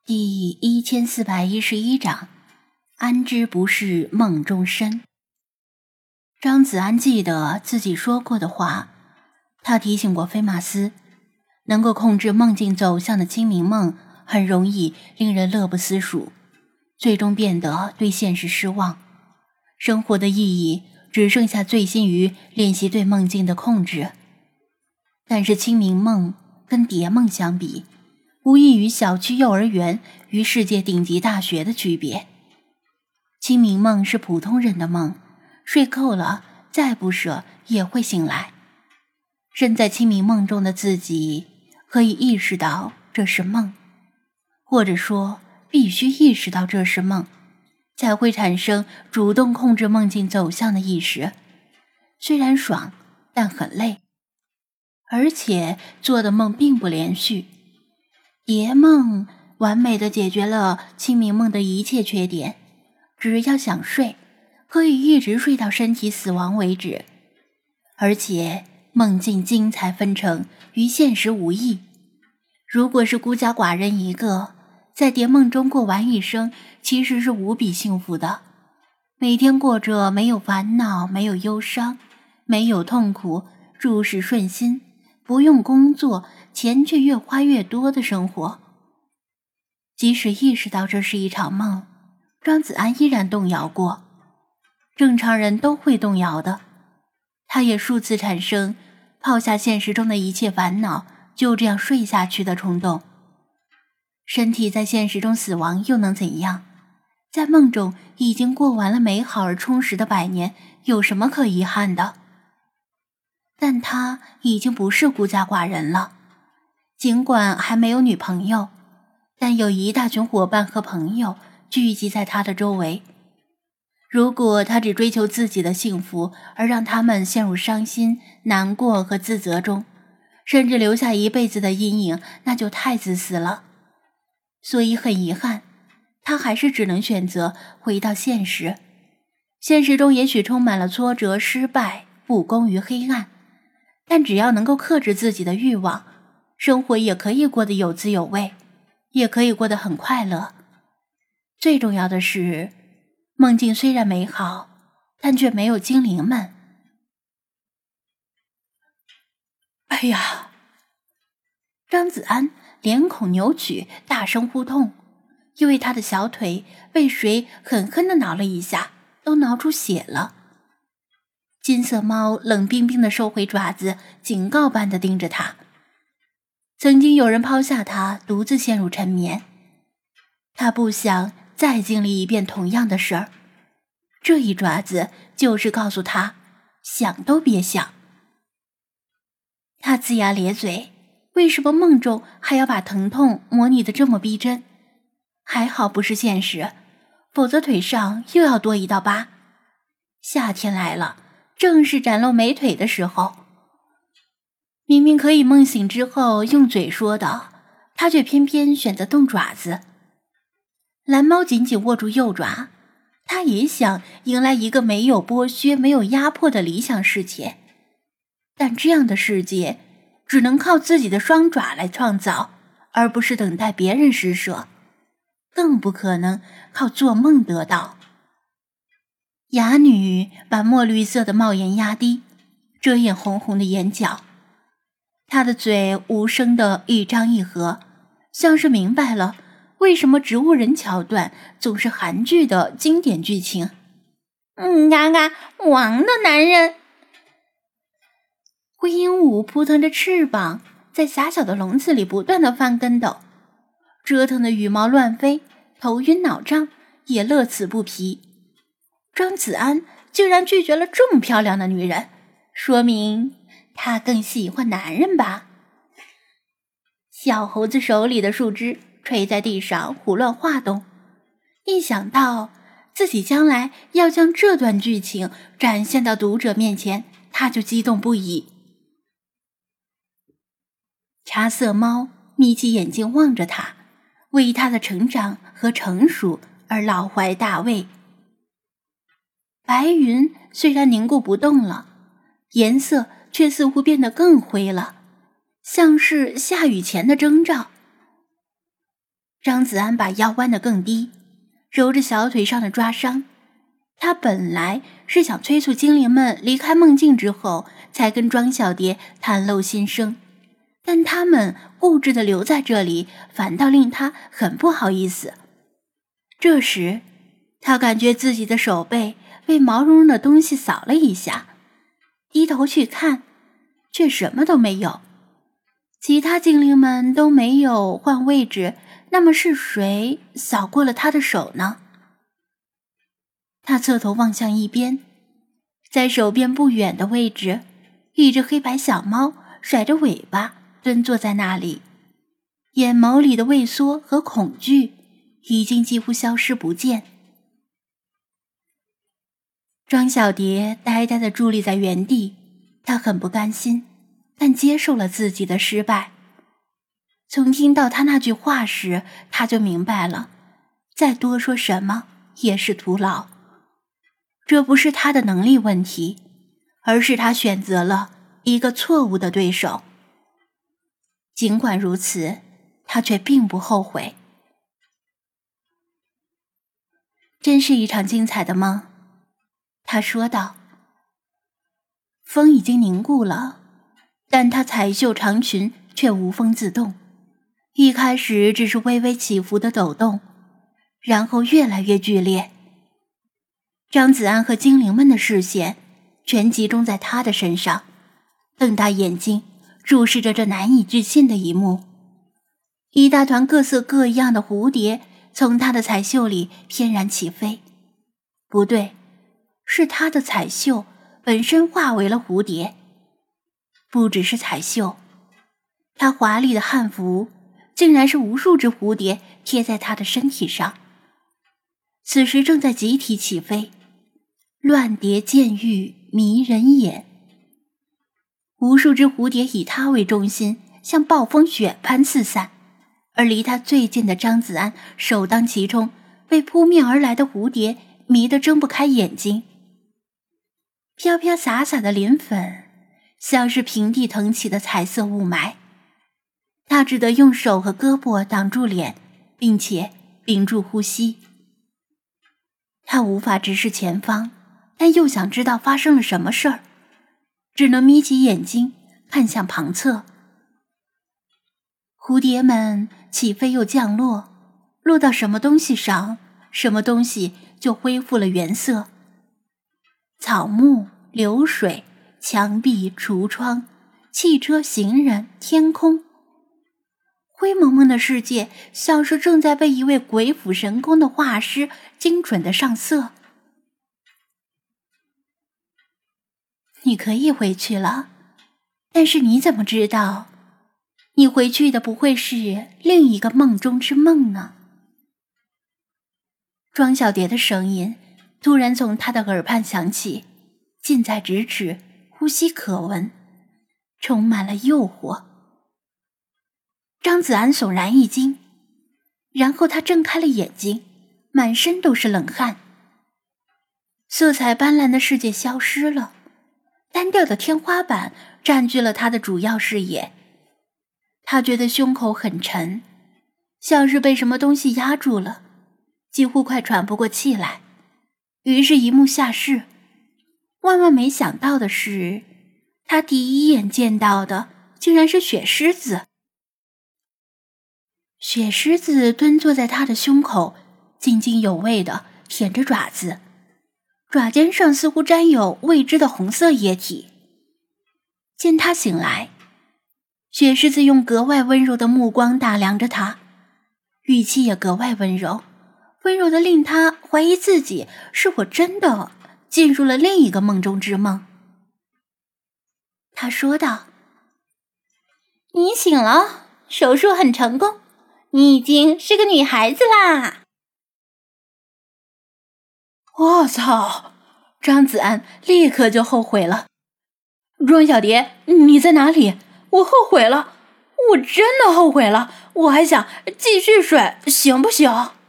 第1411章，安知不是梦中身。张子安记得自己说过的话，他提醒过菲马斯，能够控制梦境走向的清明梦很容易令人乐不思蜀，最终变得对现实失望，生活的意义只剩下醉心于练习对梦境的控制。但是清明梦跟蝶梦相比，无异于小区幼儿园与世界顶级大学的区别。清明梦是普通人的梦，睡够了再不舍也会醒来。身在清明梦中的自己可以意识到这是梦，或者说必须意识到这是梦，才会产生主动控制梦境走向的意识。虽然爽，但很累，而且做的梦并不连续。蝶梦完美地解决了清明梦的一切缺点，只要想睡，可以一直睡到身体死亡为止，而且梦境精彩纷呈，与现实无异。如果是孤家寡人一个，在蝶梦中过完一生，其实是无比幸福的，每天过着没有烦恼，没有忧伤，没有痛苦，诸事顺心，不用工作，钱却越花越多的生活。即使意识到这是一场梦，张子安依然动摇过，正常人都会动摇的。他也数次产生抛下现实中的一切烦恼，就这样睡下去的冲动。身体在现实中死亡又能怎样？在梦中已经过完了美好而充实的100年，有什么可遗憾的？但他已经不是孤家寡人了，尽管还没有女朋友，但有一大群伙伴和朋友聚集在他的周围。如果他只追求自己的幸福，而让他们陷入伤心、难过和自责中，甚至留下一辈子的阴影，那就太自私了。所以很遗憾，他还是只能选择回到现实。现实中也许充满了挫折、失败、不公与黑暗，但只要能够克制自己的欲望，生活也可以过得有滋有味，也可以过得很快乐。最重要的是，梦境虽然美好，但却没有精灵们。哎呀！张子安脸孔扭曲，大声呼痛，因为他的小腿被谁狠狠地挠了一下，都挠出血了。金色猫冷冰冰地收回爪子，警告般地盯着他。曾经有人抛下他，独自陷入沉眠，他不想再经历一遍同样的事儿。这一爪子就是告诉他，想都别想。他龇牙咧嘴，为什么梦中还要把疼痛模拟得这么逼真？还好不是现实，否则腿上又要多一道疤。夏天来了，正是展露美腿的时候。明明可以梦醒之后用嘴说的，他却偏偏选择动爪子。蓝猫紧紧握住右爪，他也想迎来一个没有剥削、没有压迫的理想世界，但这样的世界只能靠自己的双爪来创造，而不是等待别人施舍，更不可能靠做梦得到。哑女把墨绿色的帽檐压低，遮掩红红的眼角，她的嘴无声地一张一合，像是明白了为什么植物人桥段总是韩剧的经典剧情。嘎嘎，王的男人！灰鹦鹉扑腾着翅膀，在狭小的笼子里不断地翻跟斗，折腾的羽毛乱飞，头晕脑胀，也乐此不疲。张子安竟然拒绝了这么漂亮的女人，说明他更喜欢男人吧。小猴子手里的树枝垂在地上胡乱晃动，一想到自己将来要将这段剧情展现到读者面前，他就激动不已。茶色猫眯起眼睛望着他，为他的成长和成熟而老怀大慰。白云虽然凝固不动了，颜色却似乎变得更灰了，像是下雨前的征兆。 张子安把腰弯得更低，揉着小腿上的抓伤。他本来是想催促精灵们离开梦境之后，才跟庄小蝶袒露心声，但他们固执地留在这里，反倒令他很不好意思。这时，他感觉自己的手背被毛茸茸的东西扫了一下，低头去看，却什么都没有。其他精灵们都没有换位置，那么是谁扫过了他的手呢？他侧头望向一边，在手边不远的位置，一只黑白小猫甩着尾巴蹲坐在那里，眼眸里的畏缩和恐惧已经几乎消失不见。庄小蝶呆呆地伫立在原地，她很不甘心，但接受了自己的失败。从听到他那句话时，他就明白了，再多说什么也是徒劳。这不是他的能力问题，而是他选择了一个错误的对手。尽管如此，他却并不后悔。真是一场精彩的梦，他说道。风已经凝固了，但他彩绣长裙却无风自动，一开始只是微微起伏的抖动，然后越来越剧烈。张子安和精灵们的视线全集中在他的身上，瞪大眼睛注视着这难以置信的一幕。一大团各色各样的蝴蝶从他的彩绣里翩然起飞，不对，是他的彩绣本身化为了蝴蝶。不只是彩绣，他华丽的汉服竟然是无数只蝴蝶贴在他的身体上，此时正在集体起飞，乱蝶渐欲迷人眼。无数只蝴蝶以他为中心，像暴风雪般四散，而离他最近的张子安首当其冲，被扑面而来的蝴蝶迷得睁不开眼睛。飘飘洒洒的磷粉像是平地腾起的彩色雾霾，他只得用手和胳膊挡住脸，并且屏住呼吸。他无法直视前方，但又想知道发生了什么事儿，只能眯起眼睛看向旁侧。蝴蝶们起飞又降落，落到什么东西上，什么东西就恢复了原色。草木、流水、墙壁、橱窗、汽车、行人、天空，灰蒙蒙的世界像是正在被一位鬼斧神工的画师精准地上色。你可以回去了，但是你怎么知道，你回去的不会是另一个梦中之梦呢？庄小蝶的声音突然从他的耳畔响起，近在咫尺，呼吸可闻，充满了诱惑。张子安悚然一惊，然后他睁开了眼睛，满身都是冷汗。色彩斑斓的世界消失了，单调的天花板占据了他的主要视野。他觉得胸口很沉，像是被什么东西压住了，几乎快喘不过气来。于是一幕下视，万万没想到的是，他第一眼见到的竟然是雪狮子。雪狮子蹲坐在他的胸口，津津有味地舔着爪子，爪尖上似乎沾有未知的红色液体。见他醒来，雪狮子用格外温柔的目光打量着他，语气也格外温柔，温柔的令他怀疑自己是否真的进入了另一个梦中之梦。他说道：你醒了，手术很成功，你已经是个女孩子啦。我操！张子安立刻就后悔了。庄小蝶，你在哪里？我后悔了，我真的后悔了，我还想继续睡，行不行？